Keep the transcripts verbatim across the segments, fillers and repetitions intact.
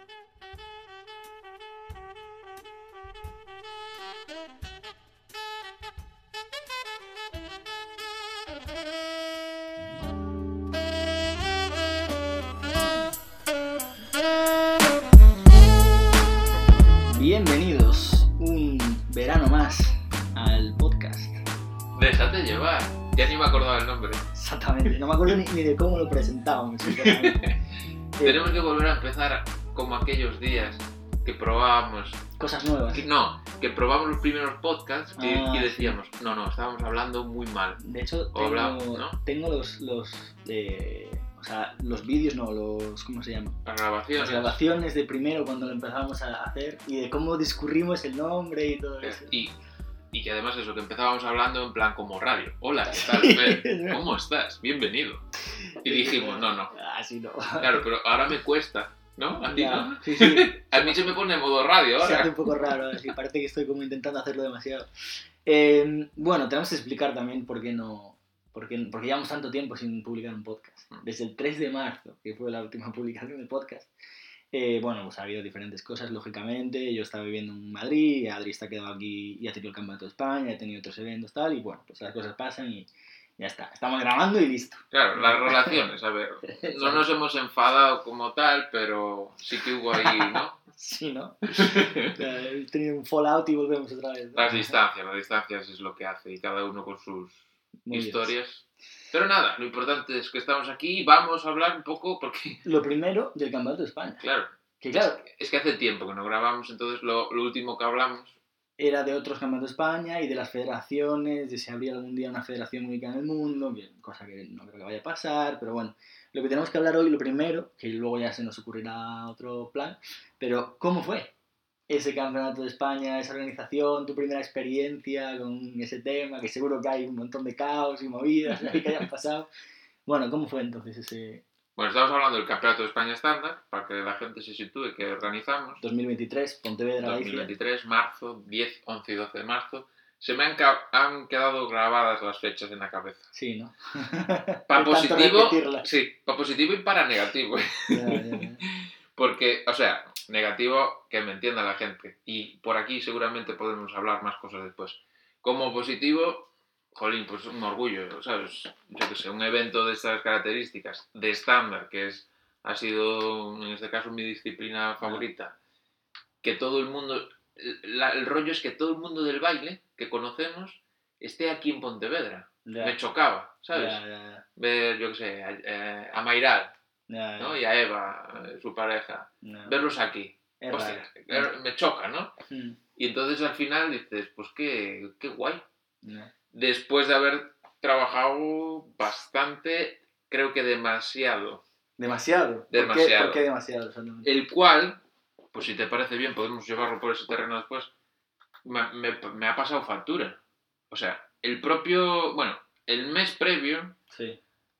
Bienvenidos un verano más al podcast. Déjate llevar, ya ni me acordaba el nombre. Exactamente, no me acuerdo ni, ni de cómo lo presentábamos. Tenemos que volver a empezar como aquellos días que probábamos. Cosas nuevas. Que, no, que probábamos los primeros podcasts y, Ah, y decíamos, sí. no, no, estábamos hablando muy mal. De hecho, O tengo, hablamos, ¿no? tengo los, los, eh, o sea, los vídeos, no, los, ¿cómo se llama? Las grabaciones. Las grabaciones de primero cuando lo empezamos a hacer y de cómo discurrimos el nombre y todo eso. Y, y que además eso, que empezábamos hablando en plan como radio. Hola, ¿qué tal, Sí, Fer? ¿Cómo estás? Bienvenido. Y dijimos, no, no. Así no. Claro, pero ahora me cuesta, ¿no? A ti, Ya, ¿no? sí, sí. A mí se me pone en modo radio Se hace ahora. un poco raro, así parece que estoy como intentando hacerlo demasiado. Eh, bueno, tenemos que explicar también por qué no, porque, porque llevamos tanto tiempo sin publicar un podcast. Desde el tres de marzo, que fue la última publicación del podcast, eh, bueno, pues ha habido diferentes cosas, lógicamente. Yo estaba viviendo en Madrid, Adri está quedado aquí y ha tenido el Campeonato de España, he tenido otros eventos, tal, y bueno, pues las cosas pasan y ya está. Estamos grabando y listo. Claro, las relaciones, a ver, no nos hemos enfadado como tal, pero sí que hubo ahí, ¿no? Sí, ¿no? He tenido un fallout y volvemos otra vez, ¿no? Las distancias, las distancias es lo que hace y cada uno con sus Muy bien. historias. Pero nada, lo importante es que estamos aquí y vamos a hablar un poco porque, Lo primero del Campeonato de España. claro, Que claro, es, es que hace tiempo que no grabamos, entonces lo, lo último que hablamos, era de otros campeonatos de España y de las federaciones, de si habría algún día una federación única en el mundo, que, cosa que no creo que vaya a pasar, pero bueno, lo que tenemos que hablar hoy, lo primero, que luego ya se nos ocurrirá otro plan, pero ¿cómo fue ese campeonato de España, esa organización, tu primera experiencia con ese tema, que seguro que hay un montón de caos y movidas ahí que hayan pasado? Bueno, ¿cómo fue entonces ese bueno, estamos hablando del Campeonato de España estándar, para que la gente se sitúe, que organizamos, dos mil veintitrés, Pontevedra, dos mil Galicia? veintitrés, marzo, diez, once y doce de marzo. Se me han, ca- han quedado grabadas las fechas en la cabeza. Sí, ¿no? Para De tanto positivo, repetirlas. sí, para positivo y para negativo. Ya, ya, ya. Porque, o sea, negativo, que me entienda la gente. Y por aquí seguramente podemos hablar más cosas después. Como positivo, jolín, pues un orgullo, ¿sabes? Yo qué sé, un evento de estas características, de estándar, que es, ha sido, en este caso, mi disciplina favorita. Que todo el mundo, la- el rollo es que todo el mundo del baile que conocemos esté aquí en Pontevedra. Ya. Me chocaba, ¿sabes? Ya, ya, ya. Ver, yo qué sé, a, eh, a Mairal, Ya, ¿no? ya. Y a Eva, eh, su pareja. No. Verlos aquí. Es Hostia, raro. claro, me choca, ¿no? Mm. Y entonces al final dices, pues qué, qué guay. No. Después de haber trabajado bastante, creo que demasiado. Demasiado. ¿Por qué, Demasiado. ¿Por qué demasiado? Exactamente. El cual, pues si te parece bien, podemos llevarlo por ese terreno después, me, me- me ha pasado factura. O sea, el propio, bueno, el mes previo, Sí.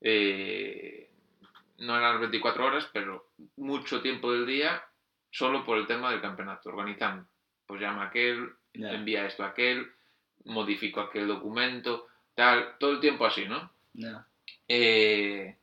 eh, no eran las veinticuatro horas, pero mucho tiempo del día solo por el tema del campeonato, organizando. Pues llama a aquel, Ya. envía esto a aquel, modifico aquel documento, tal, todo el tiempo así, ¿no? No. Eh,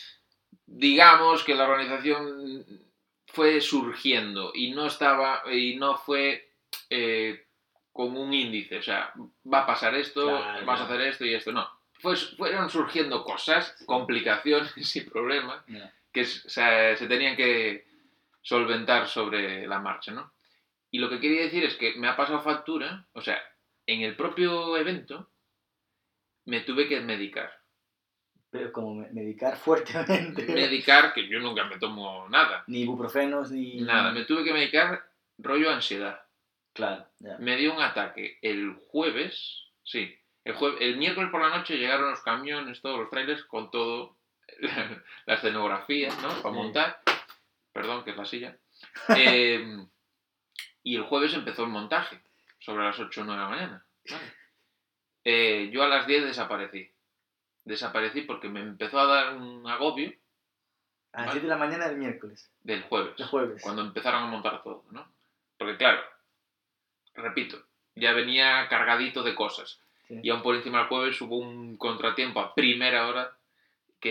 digamos que la organización fue surgiendo y no estaba, y no fue eh, con un índice, o sea, va a pasar esto, Claro, vas claro. a hacer esto y esto, no. Pues fueron surgiendo cosas, Sí. complicaciones y problemas No. que se, se tenían que solventar sobre la marcha, ¿no? Y lo que quería decir es que me ha pasado factura, o sea, en el propio evento me tuve que medicar. Pero como me- medicar fuertemente. Medicar, que yo nunca me tomo nada. Ni ibuprofenos, ni... Nada, me tuve que medicar rollo ansiedad. Claro, ya. Me dio un ataque el jueves, sí, el, jue- el miércoles por la noche llegaron los camiones, todos los trailers, con todo, la escenografía, ¿no? Para Sí. montar. Perdón, que es la silla. Eh, y el jueves empezó el montaje, sobre las ocho o nueve de la mañana. ¿Vale? Eh, yo a las diez desaparecí. Desaparecí porque me empezó a dar un agobio A las Vale. siete de la mañana del miércoles. del jueves. El jueves. Cuando empezaron a montar todo, ¿no? Porque claro, repito, ya venía cargadito de cosas. Sí. Y aún por encima del jueves hubo un contratiempo a primera hora que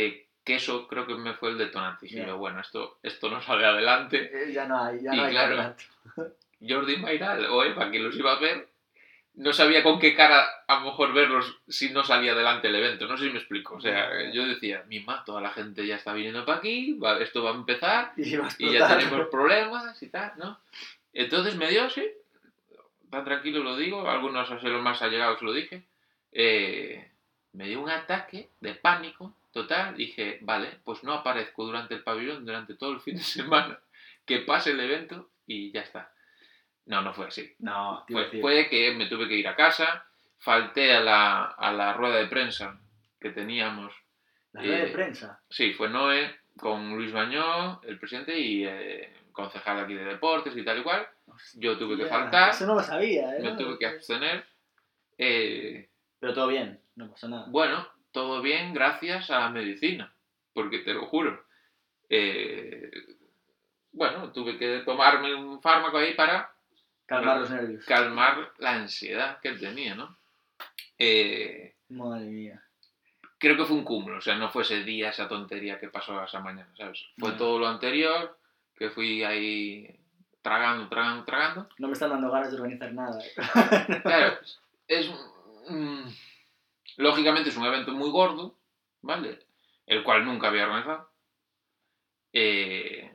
que eso creo que me fue el detonante. Y dije, Ya. bueno, esto, esto no sale adelante. Eh, Ya no hay, ya Y no hay claro, campeonato. Jordi Mayral o Eva, que los iba a ver, no sabía con qué cara a lo mejor verlos si no salía adelante el evento. No sé si me explico. O sea, Ya. yo decía, mima, toda la gente ya está viniendo para aquí, va- esto va a empezar Y va a y ya explotar. tenemos problemas y tal, ¿no? Entonces me dio, sí, tan tranquilo lo digo, algunos a los más allegados lo dije, eh, me dio un ataque de pánico total. Dije, vale, pues no aparezco durante el pabellón durante todo el fin de semana, que pase el evento y ya está. No, no fue así. No, te iba a Fue, decir. fue que me tuve que ir a casa, falté a la, a la rueda de prensa que teníamos. La rueda de eh, prensa. Sí, fue Noé con Luis Bañó, el presidente, y eh, concejal aquí de deportes y tal y cual. Yo tuve que Hostia, faltar, Eso no lo sabía, ¿eh? me tuve que abstener. Eh, Pero todo bien, no pasa nada. bueno, todo bien gracias a la medicina, porque te lo juro. Eh, bueno, tuve que tomarme un fármaco ahí para Calmar los nervios. calmar la ansiedad que tenía, ¿no? Eh, Madre mía. creo que fue un cúmulo, o sea, no fue ese día, esa tontería que pasó esa mañana, ¿sabes? Fue No. todo lo anterior, que fui ahí tragando, tragando, tragando. No me están dando ganas de organizar nada, ¿eh? Claro, es... mm, lógicamente es un evento muy gordo, ¿vale? El cual nunca había organizado. Eh,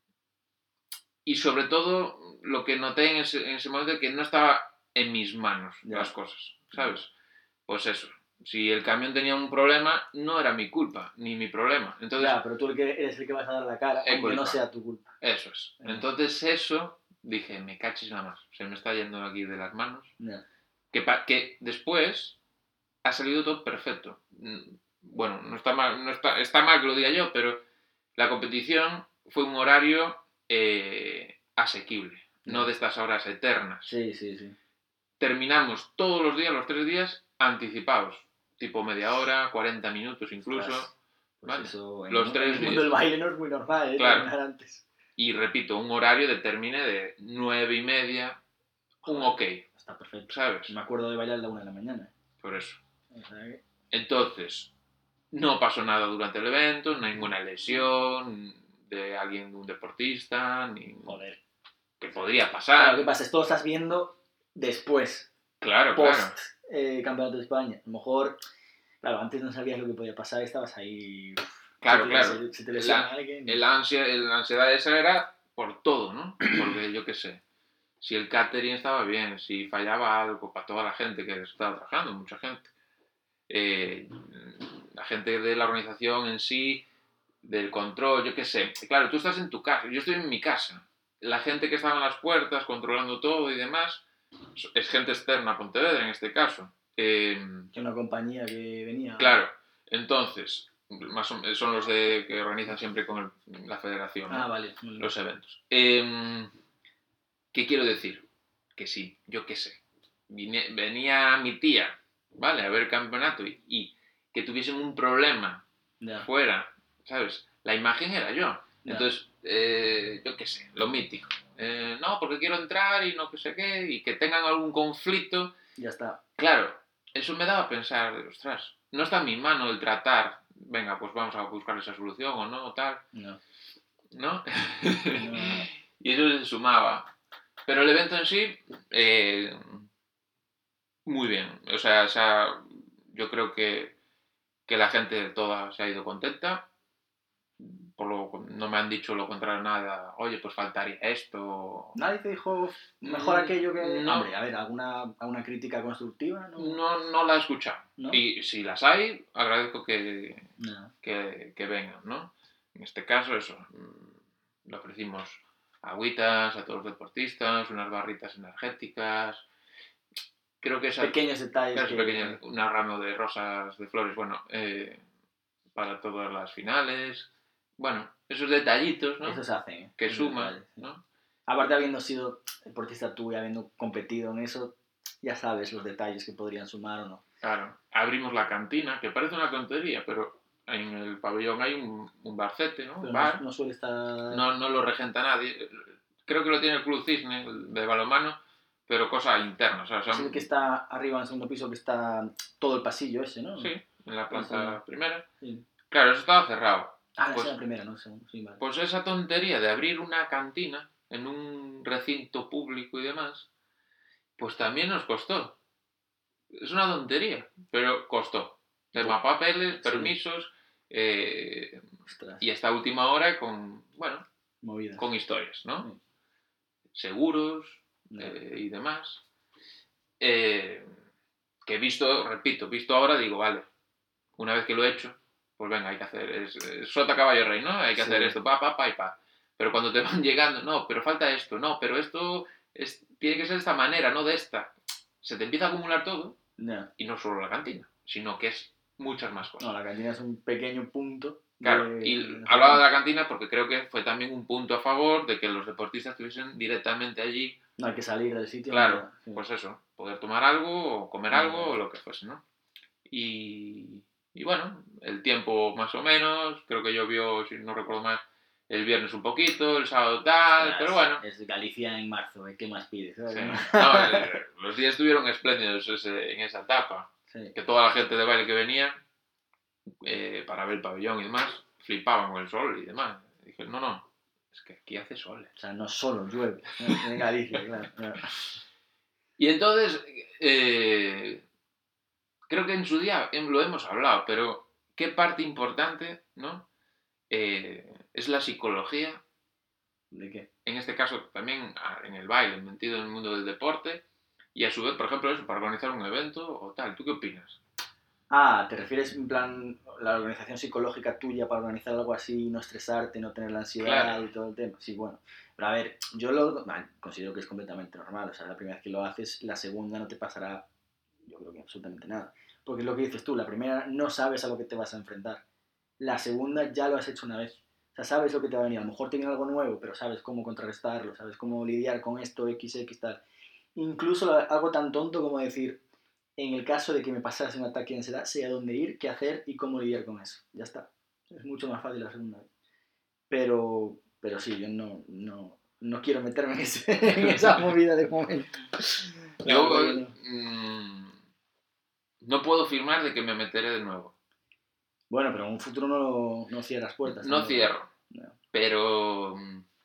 y sobre todo, lo que noté en ese, en ese momento es que no estaba en mis manos Ya. las cosas, ¿sabes? Pues eso. Si el camión tenía un problema, no era mi culpa, ni mi problema. Entonces, Ya, pero tú el que eres el que vas a dar la cara, Es aunque no culpa. sea tu culpa. Eso es. Ya. Entonces eso, dije, me cachis nada más. Se me está yendo aquí de las manos. Ya. Que, pa- que después ha salido todo perfecto. Mm, Bueno, no está mal, no está, está mal que lo diga yo, pero la competición fue un horario eh, asequible, no Ya. de estas horas eternas. Sí, sí, sí. Terminamos todos los días, los tres días, anticipados. Tipo media hora, cuarenta minutos incluso. Ostras, pues Vale. eso en, Los el- tres en el mundo días. del baile no es muy normal, ¿eh? Claro. Terminar antes. Y repito, un horario determiné de nueve y media, un Joder, ok, Está perfecto. ¿sabes? Me acuerdo de bailar a la una de la mañana. Por eso. O sea que- Entonces, no pasó nada durante el evento, ninguna lesión de alguien, de un deportista, ni... Joder. que podría Claro, pasar. ¿qué pasa? Esto lo estás viendo después, Claro, post claro. eh, Campeonato de España. A lo mejor, claro, antes no sabías lo que podía pasar y estabas ahí. Claro, se te, claro. Se, se te lesiona La, alguien. el ansia, la ansiedad esa era por todo, ¿no? Porque yo qué sé, si el catering estaba bien, si fallaba algo para toda la gente que estaba trabajando, mucha gente. Eh, la gente de la organización en sí, del control, yo qué sé. Claro, tú estás en tu casa, yo estoy en mi casa. La gente que estaba en las puertas, controlando todo y demás, es gente externa a Pontevedra en este caso. Eh, Que una compañía que venía. claro, entonces, más o menos, son los de, que organizan siempre con el- la federación, ¿no? Ah, vale. Los eventos. Eh, ¿Qué quiero decir? Que sí, yo qué sé. Vine- venía mi tía, ¿vale? A ver el campeonato y, y que tuviesen un problema Ya. fuera, ¿sabes? La imagen era yo. Ya. Entonces, eh, yo qué sé, lo mítico. Eh, no, porque quiero entrar y no que sé qué, y que tengan algún conflicto. Ya está. Claro, eso me daba a pensar, ostras, no está en mi mano el tratar, venga, pues vamos a buscar esa solución o no, o tal, No. ¿no? No. Y eso se sumaba. Pero el evento en sí, eh, muy bien. O sea, o sea, yo creo que, que la gente toda se ha ido contenta. Por lo, no me han dicho lo contrario nada. Oye, pues faltaría esto. Nadie te dijo mejor aquello que. No. Hombre, a ver, alguna, alguna crítica constructiva, ¿no? No, no la he escuchado. ¿No? Y si las hay, agradezco que, No. que, que vengan, ¿no? En este caso, eso. mm, Le ofrecimos agüitas a todos los deportistas, unas barritas energéticas. Creo que esa, Pequeños detalles. Claro, que... pequeño, un ramo de rosas, de flores, bueno, eh, para todas las finales. Bueno, esos detallitos, ¿no? Eso se hacen, ¿eh? Que Esos suman, detalles, sí. ¿no? Aparte, habiendo sido deportista tú y habiendo competido en eso, ya sabes los detalles que podrían sumar o no. Claro. Abrimos la cantina, que parece una tontería, pero en el pabellón hay un, un barcete, ¿no? Pero Un bar. no, no suele estar... No, no lo regenta nadie. Creo que lo tiene el Club Cisne, el de balonmano, pero cosa interna. O sea, son... Es el que está arriba en el segundo piso, que está todo el pasillo ese, ¿no? Sí, en la planta Pues, primera. Sí. Claro, eso estaba cerrado. Ah, esa Pues, es la primera, no segundo. Sí, vale. pues esa tontería de abrir una cantina en un recinto público y demás, pues también nos costó. Es una tontería, pero costó. Tema papeles, Sí. permisos, eh, Ostras, y esta última hora con, bueno, movidas. con historias, ¿no? Sí. Seguros No. eh, y demás. Eh, que visto, repito, visto ahora, digo, vale, una vez que lo he hecho, pues venga, hay que hacer, es, es sota caballo rey, ¿no? Hay que Sí. hacer esto, pa, pa, pa y pa. Pero cuando te van llegando, no, pero falta esto, no, pero esto es, tiene que ser de esta manera, no de esta. Se te empieza a acumular todo, No. y no solo la cantina, sino que es muchas más cosas. No, la cantina es un pequeño punto. Claro, de, y de hablaba de la cantina porque creo que fue también un punto a favor de que los deportistas estuviesen directamente allí. No hay que salir del sitio. Claro, no, sí. pues eso, poder tomar algo o comer No, algo no. o lo que fuese, ¿no? Y, y bueno, el tiempo más o menos, creo que llovió, si no recuerdo mal, el viernes un poquito, el sábado tal, Ostras, pero bueno. Es Galicia en marzo, ¿eh? ¿Qué más pides? Sí. No, el, los días estuvieron espléndidos ese, en esa etapa. Sí. Que toda la gente de baile que venía eh, para ver el pabellón y demás, flipaban con el sol y demás. Y dije, no, no, es que aquí hace sol. O sea, no solo llueve, ¿no? En Galicia, claro. claro. Y entonces, eh, creo que en su día lo hemos hablado, pero qué parte importante, ¿no? Eh, es la psicología. ¿De qué? En este caso también en el baile, metido en el mundo del deporte. Y a su vez, por ejemplo, eso, para organizar un evento o tal. ¿Tú qué opinas? Ah, ¿te refieres en plan la organización psicológica tuya para organizar algo así, no estresarte, no tener la ansiedad Claro. y todo el tema? Sí, bueno. Pero a ver, yo lo vale, considero que es completamente normal. O sea, la primera vez que lo haces, la segunda no te pasará, yo creo que absolutamente nada. Porque es lo que dices tú, la primera no sabes a lo que te vas a enfrentar. La segunda ya lo has hecho una vez. O sea, sabes lo que te va a venir. A lo mejor tiene algo nuevo, pero sabes cómo contrarrestarlo, sabes cómo lidiar con esto, X, X, tal. Incluso algo tan tonto como decir, en el caso de que me pasase un ataque de ansiedad, sé a dónde ir, qué hacer y cómo lidiar con eso. Ya está. Es mucho más fácil la segunda vez. Pero, pero sí, yo no, no, no quiero meterme en, ese, en esa movida de momento. Yo Claro, no. mmm, no puedo firmar de que me meteré de nuevo. Bueno, pero en un futuro no, no cierras puertas. No Tampoco. cierro, No. pero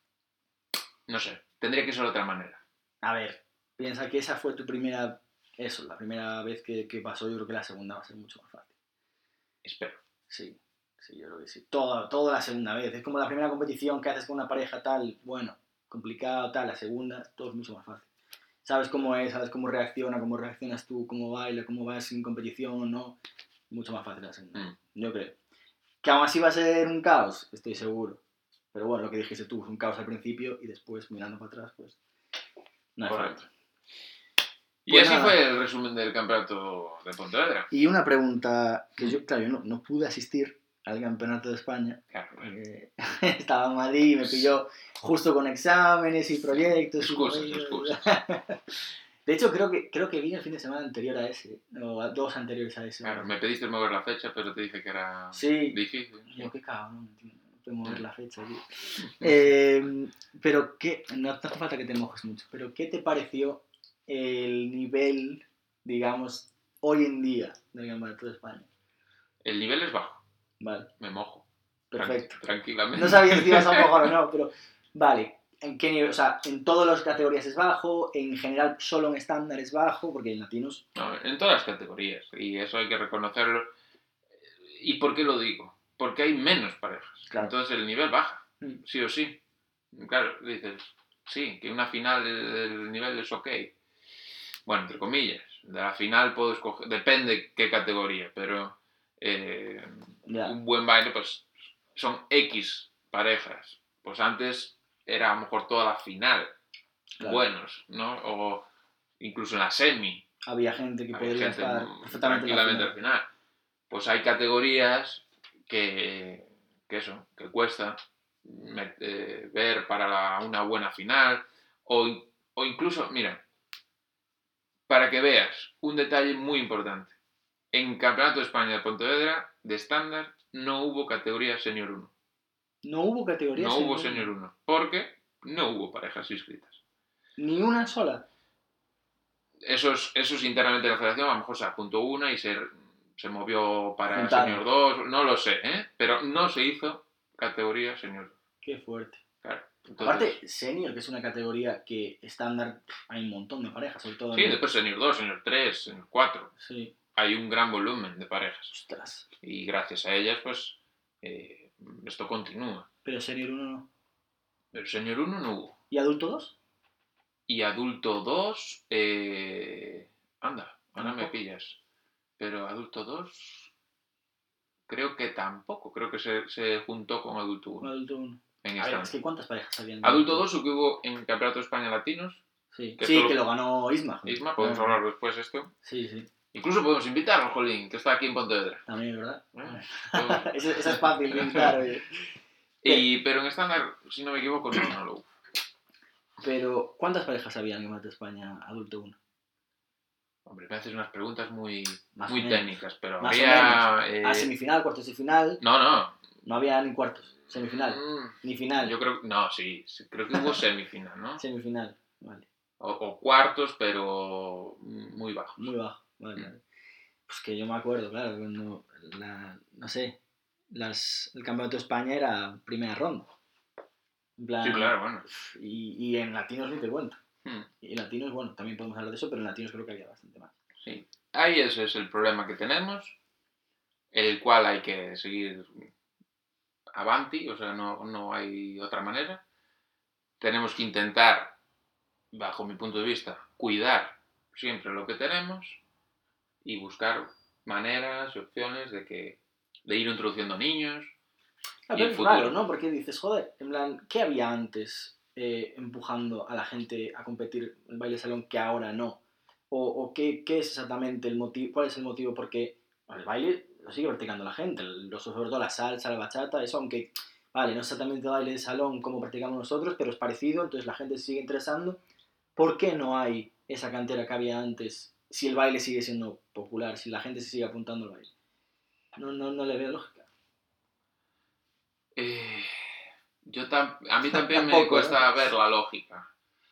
no sé, tendría que ser de otra manera. A ver, piensa que esa fue tu primera, eso, la primera vez que, que pasó, yo creo que la segunda va a ser mucho más fácil. Espero. Sí, sí, yo creo que sí. Toda, toda la segunda vez. Es como la primera competición que haces con una pareja tal, bueno, complicado tal, la segunda, todo es mucho más fácil. Sabes cómo es, sabes cómo reacciona, cómo reaccionas tú, cómo baila, cómo vas en competición o no. Mucho más fácil la segunda, Mm. yo creo. Que aún así va a ser un caos, estoy seguro. Pero bueno, lo que dijiste tú, es un caos al principio y después mirando para atrás, pues no hay Correcto. falta. Y Pues así nada. fue el resumen del campeonato de Pontevedra. Y una pregunta que yo, claro, yo no, no pude asistir al campeonato de España. Claro, claro. Eh, estaba en Madrid y me pilló justo con exámenes y proyectos. Excusas, y excusas. De hecho, creo que, creo que vi el fin de semana anterior a ese, o a dos anteriores a ese. Claro, me pediste mover la fecha, pero te dije que era sí. difícil. Yo, Sí. qué cabrón, tío. No puedo mover Mm. la fecha, tío. eh, pero, ¿qué? No hace falta que te mojes mucho, pero ¿qué te pareció el nivel, digamos, hoy en día del campeonato de España? El nivel es bajo. Vale. Me mojo. Perfecto. Tranqu- tranquilamente. No sabía si te ibas a mojar o no, pero vale. ¿En qué nivel? O sea, en todas las categorías es bajo, en general solo en estándar es bajo, porque en latinos... No, en todas las categorías. Y eso hay que reconocerlo. ¿Y por qué lo digo? Porque hay menos parejas. Claro. Entonces el nivel baja. Mm. Sí o sí. Claro, dices, sí, que una final del nivel es ok. Bueno, entre comillas. De la final puedo escoger, depende qué categoría, pero eh, Ya. un buen baile, pues son X parejas. Pues antes era a lo mejor toda la final. Claro. Buenos, ¿no? O incluso en la semi. Había gente que Había podría gente estar perfectamente en la tranquilamente final. al final. Pues hay categorías que, que eso, que cuesta met- eh, ver para la- una buena final. O, in- o incluso, mira, para que veas un detalle muy importante. En Campeonato de España de Pontevedra, de estándar, no hubo categoría Senior uno. No hubo categoría No hubo senior. Senior uno, porque no hubo parejas inscritas. Ni una sola. Eso es, eso es internamente de la federación, a lo mejor se apuntó una y se se movió para Juntaron. Senior dos, no lo sé, ¿eh? Pero no se hizo categoría Senior dos. Qué fuerte. Claro. Entonces, Aparte, Senior, que es una categoría que estándar hay un montón de parejas, sobre todo sí, en... después Senior dos, Senior tres, Senior cuatro. Sí. Hay un gran volumen de parejas. Ostras. Y gracias a ellas, pues, eh, esto continúa. Pero Senior uno no. Pero Senior uno no hubo. ¿Y Adulto dos? Y Adulto dos, eh... anda, ahora me Tampoco. pillas. Pero Adulto dos, creo que tampoco. Creo que se, se juntó con Adulto Con uno. Adulto uno. En A ver, estándar. es que ¿cuántas parejas habían? en Adulto dos, lo que hubo en Campeonato de España Latinos. Sí, Que sí esto que lo- lo ganó Isma. joder. Isma, podemos No, hablar después de esto. Sí, sí. Incluso podemos invitarlo, Jolín, que está aquí en Pontevedra. También, ¿verdad? ¿Eh? Esa esa es fácil de invitar, oye. Y, pero en estándar, si no me equivoco, no, no lo hubo. Pero, ¿cuántas parejas había en Campeonato de España Adulto uno? Hombre, me haces unas preguntas muy, Más muy o menos. técnicas, pero Más había... o menos. eh, A semifinal, cuartos de final. No, no. No había ni cuartos. Semifinal. Mm, Ni final. Yo creo... No, sí, sí, creo que hubo semifinal, ¿no? Semifinal. Vale. O, o cuartos, pero muy bajos. Muy bajo. Vale, Mm. vale. Pues que yo me acuerdo, claro, cuando la, no sé, las, el campeonato de España era primera ronda. En plan, Sí, claro, bueno. Y, y en latinos ni te cuento. Mm, Y en latinos, bueno, también podemos hablar de eso, pero en latinos creo que había bastante más. Sí. Ahí ese es el problema que tenemos, el cual hay que seguir avanti, o sea, no, no hay otra manera. Tenemos que intentar, bajo mi punto de vista, cuidar siempre lo que tenemos y buscar maneras y opciones de que de ir introduciendo niños A y ver, el es futuro. raro, ¿no? Porque dices, joder, en plan, ¿qué había antes eh, empujando a la gente a competir el baile salón que ahora no? ¿O, o qué, qué es exactamente el motivo? ¿Cuál es el motivo? Porque bueno, el baile lo sigue practicando la gente, lo, sobre todo la salsa, la bachata, eso, aunque, vale, no es exactamente baile de salón como practicamos nosotros, pero es parecido, entonces la gente se sigue interesando. ¿Por qué no hay esa cantera que había antes si el baile sigue siendo popular, si la gente se sigue apuntando al baile? No, no, no le veo lógica. Eh, yo tam- a mí también me Tampoco, cuesta ¿no? ver la lógica.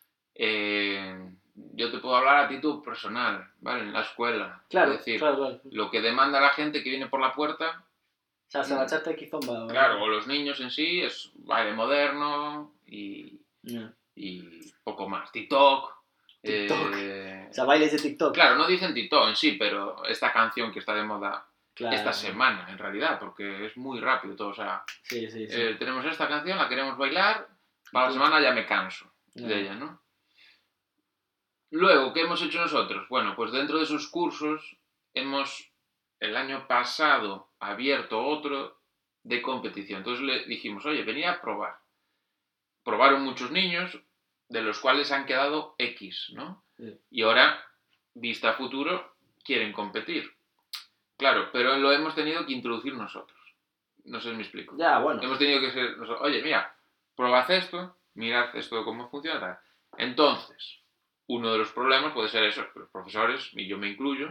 Eh, yo te puedo hablar a título personal, ¿vale? En la escuela. Claro, Es decir, claro, claro. lo que demanda la gente que viene por la puerta, Salsa, mm, bachata y kizomba. ¿vale? claro, o los niños en sí, es baile moderno y, Yeah. y poco más. TikTok. TikTok. eh, O sea, bailes de TikTok. Claro, no dicen TikTok en sí, pero esta canción que está de moda Claro. esta semana, en realidad, porque es muy rápido todo. O sea, Sí, sí, sí. eh, tenemos esta canción, la queremos bailar, para la Tú- semana ya me canso No. de ella, ¿no? Luego, ¿qué hemos hecho nosotros? Bueno, pues dentro de esos cursos hemos, el año pasado, abierto otro de competición. Entonces le dijimos, oye, venía a probar. Probaron muchos niños, de los cuales han quedado X, ¿no? Sí. Y ahora, vista a futuro, quieren competir. Claro, pero lo hemos tenido que introducir nosotros. No sé si me explico. Ya, bueno. Hemos tenido que ser nosotros, oye, mira, probad esto, mirad esto cómo funciona. Entonces, uno de los problemas puede ser eso, que los profesores, y yo me incluyo,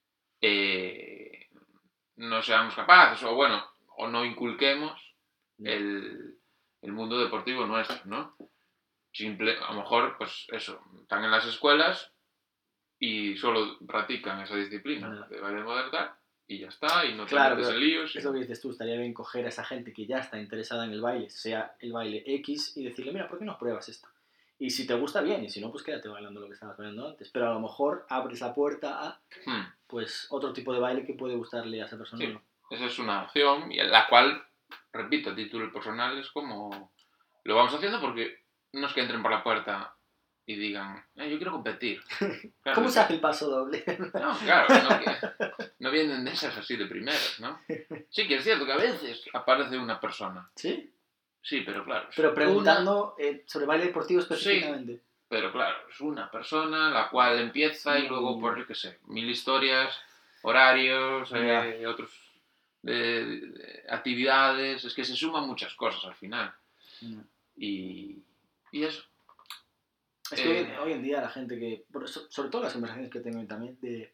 eh, no seamos capaces, o bueno, o no inculquemos el, el mundo deportivo nuestro, ¿no? Simple, a lo mejor, pues eso, están en las escuelas y solo practican esa disciplina No. de baile moderno tal, y ya está, y no te Claro, metes pero en líos. es y- lo que dices tú, estaría bien coger a esa gente que ya está interesada en el baile, sea el baile X, y decirle, mira, ¿por qué no pruebas esto? Y si te gusta, bien, y si no, pues quédate bailando lo que estabas bailando antes. Pero a lo mejor abres la puerta a, Hmm, pues, otro tipo de baile que puede gustarle a esa persona. Sí. ¿no? Esa es una opción, y en la cual, repito, a título personal es como... Lo vamos haciendo porque no es que entren por la puerta y digan, eh, yo quiero competir. Claro, ¿Cómo es se que- hace el paso doble? No, claro, no, que- no vienen de esas así de primeras, ¿no? Sí que es cierto que a veces aparece una persona. ¿Sí? Sí, pero claro. es Pero una- preguntando eh, sobre baile deportivo Sí. específicamente. Pero claro, es una persona la cual empieza y Mm. luego, por yo qué sé, mil historias, horarios, Ya. eh, otros de, de- de actividades, es que se suman muchas cosas al final. Mm. Y, y eso. Es que hoy, Eh, hoy en día la gente que, por eso- sobre todo las conversaciones que tengo también, de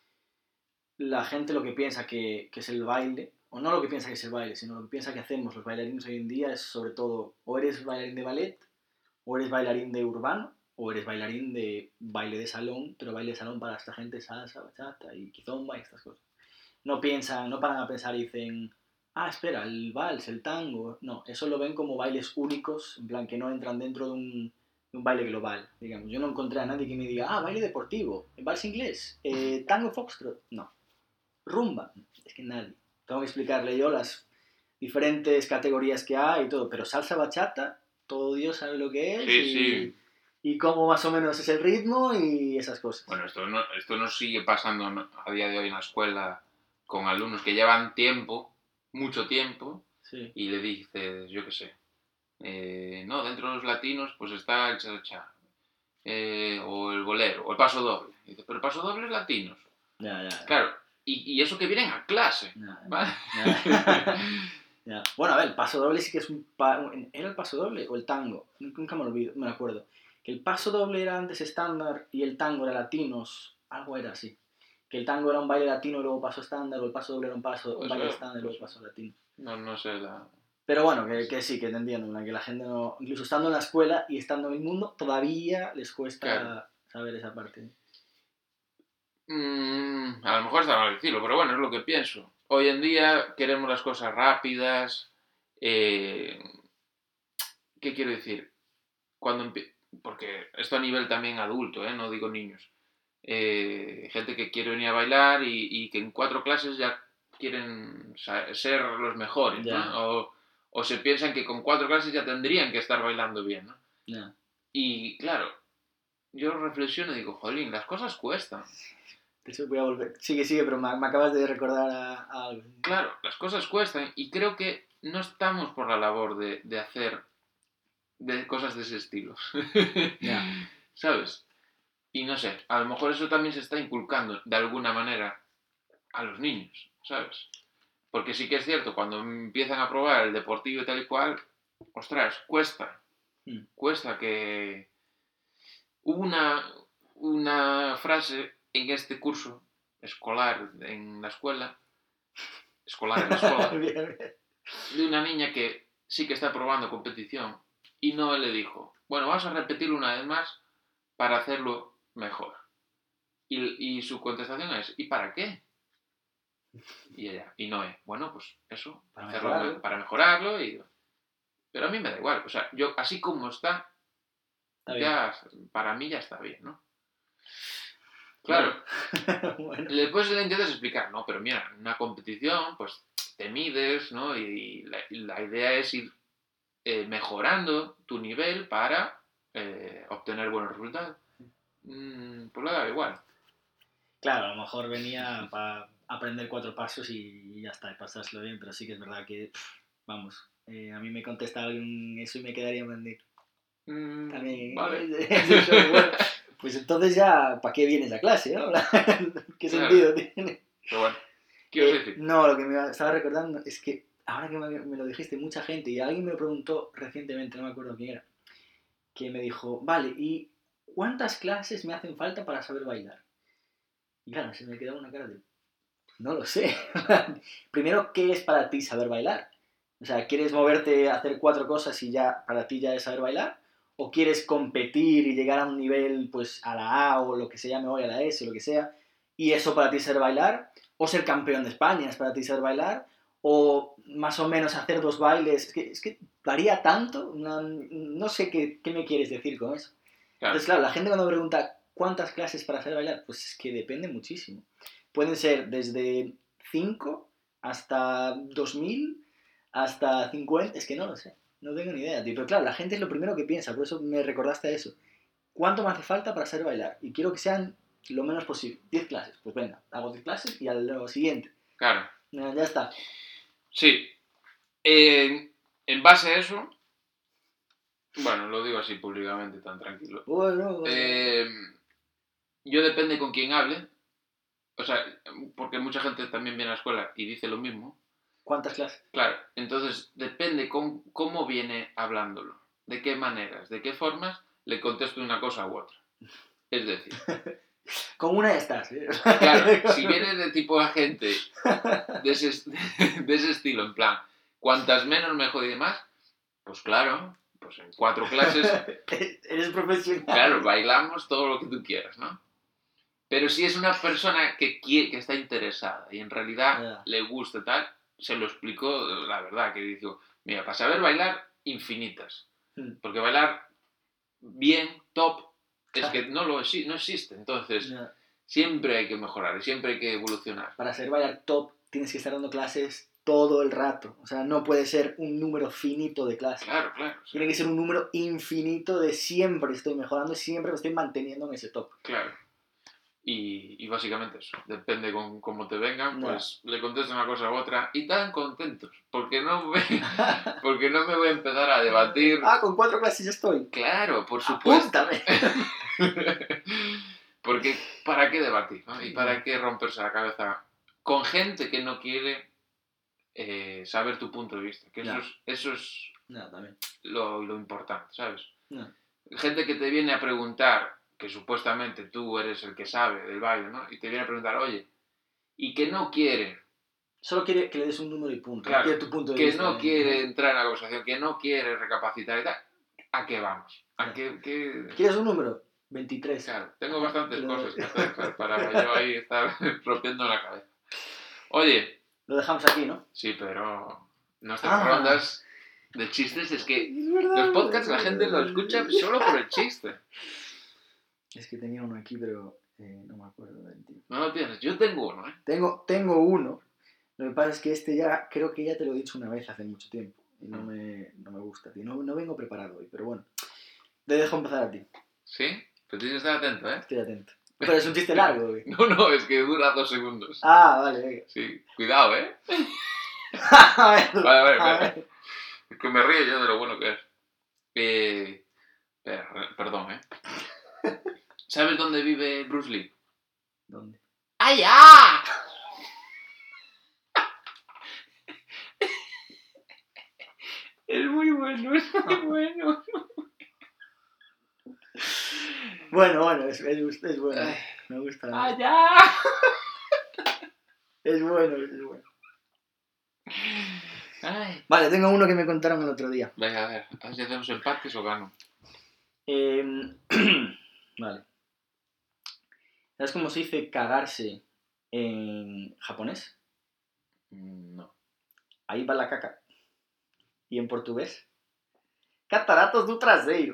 la gente lo que piensa que, que es el baile, o no lo que piensa que es el baile, sino lo que piensa que hacemos los bailarines hoy en día es sobre todo, o eres bailarín de ballet, o eres bailarín de urbano, o eres bailarín de baile de salón, pero baile de salón para esta gente salsa, bachata y kizomba y estas cosas. no piensan, no paran a pensar y dicen, ah, espera, el vals, el tango. No, eso lo ven como bailes únicos, en plan que no entran dentro de un, de un baile global, digamos. Yo no encontré a nadie que me diga, ah, baile deportivo, vals inglés, eh, tango foxtrot. No, rumba, es que nadie. Tengo que explicarle yo las diferentes categorías que hay y todo, pero salsa bachata, todo Dios sabe lo que es Sí, y, sí. y cómo más o menos es el ritmo y esas cosas. Bueno, esto no, esto no sigue pasando a día de hoy en la escuela con alumnos que llevan tiempo, mucho tiempo, Sí. y le dices, yo qué sé, eh, no, dentro de los latinos pues está el cha-cha, eh, o el bolero, o el paso doble. Y dice, pero el paso doble es latinos. Ya, ya. Claro, y, y eso que vienen a clase. Ya, ¿Vale? ya. Ya. Bueno, a ver, el paso doble sí que es un... Pa... ¿Era el paso doble o el tango? Nunca me lo olvido, me acuerdo. Que el paso doble era antes estándar y el tango era latinos. Algo era así. Que el tango era un baile latino y luego pasó estándar, o el paso doble era un, paso, un Pues, baile eh, estándar y pues, luego pasó latino. no, no sé la... Pero bueno, que, que sí, que te entiendo, que la gente no... Incluso estando en la escuela y estando en el mundo, todavía les cuesta Claro. saber esa parte. Mm, a lo mejor está mal decirlo, pero bueno, es lo que pienso. Hoy en día queremos las cosas rápidas. Eh, ¿Qué quiero decir? Cuando empie- Porque esto a nivel también adulto, ¿eh? No digo niños. Eh, gente que quiere venir a bailar y, y que en cuatro clases ya quieren sa- ser los mejores, ¿no? Ya, O, o se piensan que con cuatro clases ya tendrían que estar bailando bien, ¿no? ya. Y claro, yo reflexiono y digo, jolín, las cosas cuestan. De hecho, voy a volver. Sigue, sigue, pero me, me acabas de recordar a, a algo. Claro, las cosas cuestan y creo que no estamos por la labor de, de hacer de cosas de ese estilo. Ya. ¿Sabes? Y no sé, a lo mejor eso también se está inculcando de alguna manera a los niños, ¿sabes? Porque sí que es cierto, cuando empiezan a probar el deportivo y tal y cual, ostras, cuesta, Mm. cuesta que... Hubo una, una frase en este curso escolar en la escuela, escolar en la escuela, Bien, bien. de una niña que sí que está probando competición y no le dijo, bueno, vamos a repetirlo una vez más para hacerlo mejor. Y, y su contestación es, ¿y para qué? Y ella, y Noé, bueno, pues eso, Para hacerlo mejorarlo. para mejorarlo. Y... Pero a mí me da igual, o sea, yo así como está, Está bien. ya para mí ya está bien, ¿no? Bueno. Claro, Bueno. después le intentas explicar, no, pero mira, en una competición, pues te mides, ¿no? Y la, la idea es ir eh, mejorando tu nivel para eh, obtener buenos resultados. Mm, pues le da igual. Claro, a lo mejor venía para aprender cuatro pasos y ya está, y pasárselo bien, pero sí que es verdad que, pff, vamos, eh, a mí me contesta alguien eso y me quedaría en plan de, Mm, también, vale. es eso, bueno, pues entonces ya, ¿para qué vienes a clase, no? ¿Qué Claro. sentido tiene? Pero bueno, ¿qué ibas a Eh, decir? no, lo que me estaba recordando es que ahora que me, me lo dijiste, mucha gente, y alguien me lo preguntó recientemente, no me acuerdo quién era, que me dijo, vale, ¿y cuántas clases me hacen falta para saber bailar? Y claro, se me quedó una cara de, no lo sé. Primero, ¿qué es para ti saber bailar? O sea, ¿quieres moverte a hacer cuatro cosas y ya para ti ya es saber bailar? ¿O quieres competir y llegar a un nivel, pues, a la A o lo que se llame hoy, a la S o lo que sea, y eso para ti es saber bailar? ¿O ser campeón de España es para ti saber bailar? ¿O más o menos hacer dos bailes? Es que, es que varía tanto, no, no sé qué, qué me quieres decir con eso. Claro, Entonces, claro, la gente cuando me pregunta cuántas clases para saber bailar, pues es que depende muchísimo. Pueden ser desde cinco hasta dos mil, hasta cincuenta, es que no lo sé, no tengo ni idea, tío. Pero claro, la gente es lo primero que piensa, por eso me recordaste a eso. ¿Cuánto me hace falta para saber bailar? Y quiero que sean lo menos posible. diez clases, pues venga, hago diez clases y al siguiente. claro. Ya, ya está. Sí. Eh, en base a eso, bueno, lo digo así públicamente, tan tranquilo. Bueno, bueno. Eh, yo depende con quién hable. O sea, porque mucha gente también viene a la escuela y dice lo mismo. ¿Cuántas clases? Claro, entonces depende con cómo viene hablándolo. De qué maneras, de qué formas le contesto una cosa u otra. Es decir, Con una de estas. ¿eh? claro, si viene de tipo de gente de ese, de ese estilo, en plan, cuantas menos mejor y demás, pues claro, pues en cuatro clases, Eres profesional. claro, bailamos todo lo que tú quieras, ¿no? Pero si es una persona que, quiere, que está interesada y en realidad yeah. le gusta tal, se lo explicó la verdad, que dijo, mira, para saber bailar, infinitas. Mm. Porque bailar bien, top, es que no, lo, no existe. Entonces, yeah. siempre hay que mejorar, siempre hay que evolucionar. Para saber bailar top, tienes que estar dando clases todo el rato. O sea, no puede ser un número finito de clases. Claro, claro. O sea, tiene que ser un número infinito de siempre estoy mejorando, siempre me estoy manteniendo en ese top. Claro. Y, y básicamente eso. Depende con cómo te vengan, pues no. le contesto una cosa u otra. Y tan contentos. Porque no, me, porque no me voy a empezar a debatir. Ah, con cuatro clases ya estoy. Claro, por supuesto. Apúntame. Porque ¿para qué debatir? ¿No? ¿Y para qué romperse la cabeza con gente que no quiere eh, saber tu punto de vista? Que eso no. es, eso es no, también. Lo, lo importante, ¿sabes? No. Gente que te viene a preguntar, que supuestamente tú eres el que sabe del baile, ¿no? Y te viene a preguntar, oye, y que no quiere... Solo quiere que le des un número y punto. Claro, no quiere tu punto de que vista. no ¿eh? quiere entrar en la conversación, que no quiere recapacitar y tal. ¿A qué vamos? ¿A qué, qué... ¿Quieres un número? veintitrés. Claro, tengo bastantes cosas que hacer para yo ahí estar rompiendo la cabeza. Oye... Lo dejamos aquí, ¿no? Sí, pero nuestras ah. rondas de chistes es que es verdad, los podcasts la gente lo escucha solo por el chiste. Es que tenía uno aquí, pero eh, no me acuerdo del tío. No lo tienes, yo tengo uno, ¿eh? Tengo, tengo uno. Lo que pasa es que este ya, creo que ya te lo he dicho una vez hace mucho tiempo. Y no me, no me gusta, tío. No, no vengo preparado hoy, pero bueno. Te dejo empezar a ti. ¿Sí? Pero tienes que estar atento, ¿eh? Estoy atento. Pero es un chiste largo, güey. No, no, es que dura dos segundos. Ah, vale, venga. Sí, cuidado, ¿eh? a ver, vale, vale, vale. Ver. Es que me río yo de lo bueno que es. Eh, per, perdón, ¿eh? ¿Sabes dónde vive Bruce Lee? ¿Dónde? ¡Allá! Es muy bueno, es muy bueno. Bueno, bueno, es, es, es bueno. Me gusta. ¡Allá! Es bueno, es bueno. Ay. Vale, tengo uno que me contaron el otro día. Venga, a ver, a ver si hacemos empates o gano. Eh, vale. ¿Sabes cómo se dice cagarse en japonés? No. Ahí va la caca. ¿Y en portugués? Cataratas do traseiro.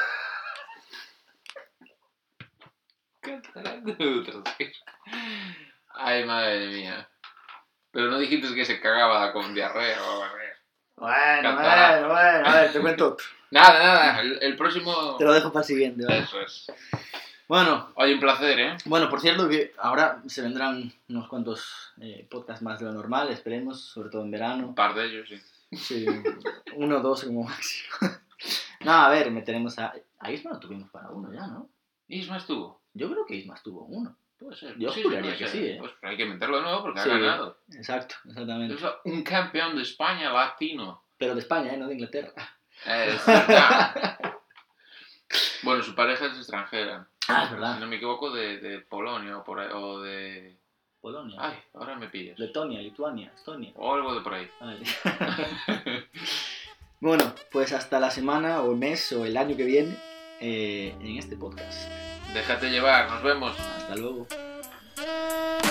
Cataratas do traseiro. Ay, madre mía. Pero no dijiste que se cagaba con diarrea o diarrea. Bueno, bueno, bueno. A ver, te cuento otro. Nada, nada. El, el próximo... Te lo dejo para el siguiente, ¿vale? Eso es. Bueno. Oye, un placer, ¿eh? Bueno, por cierto que ahora se vendrán unos cuantos eh, podcasts más de lo normal, esperemos, sobre todo en verano. Un par de ellos, sí. Sí, uno o dos como máximo. No, a ver, meteremos a... A Isma lo tuvimos para uno ya, ¿no? ¿Isma estuvo? Yo creo que Isma estuvo uno. Puede ser. Yo sí, juraría sí, que ser. sí, ¿eh? Pues hay que meterlo de nuevo porque sí, ha ganado. Exacto, exactamente. Es un campeón de España latino. Pero de España, ¿eh? No de Inglaterra. Eh, es verdad. Bueno, su pareja es extranjera. Ah, es verdad. Si no me equivoco, de, de Polonia o, por ahí, o de... Polonia. Ay, ahora me pillas. Letonia, Lituania, Estonia. O algo de por ahí. Vale. Bueno, pues hasta la semana o el mes o el año que viene eh, en este podcast. Déjate llevar, nos vemos. Hasta luego.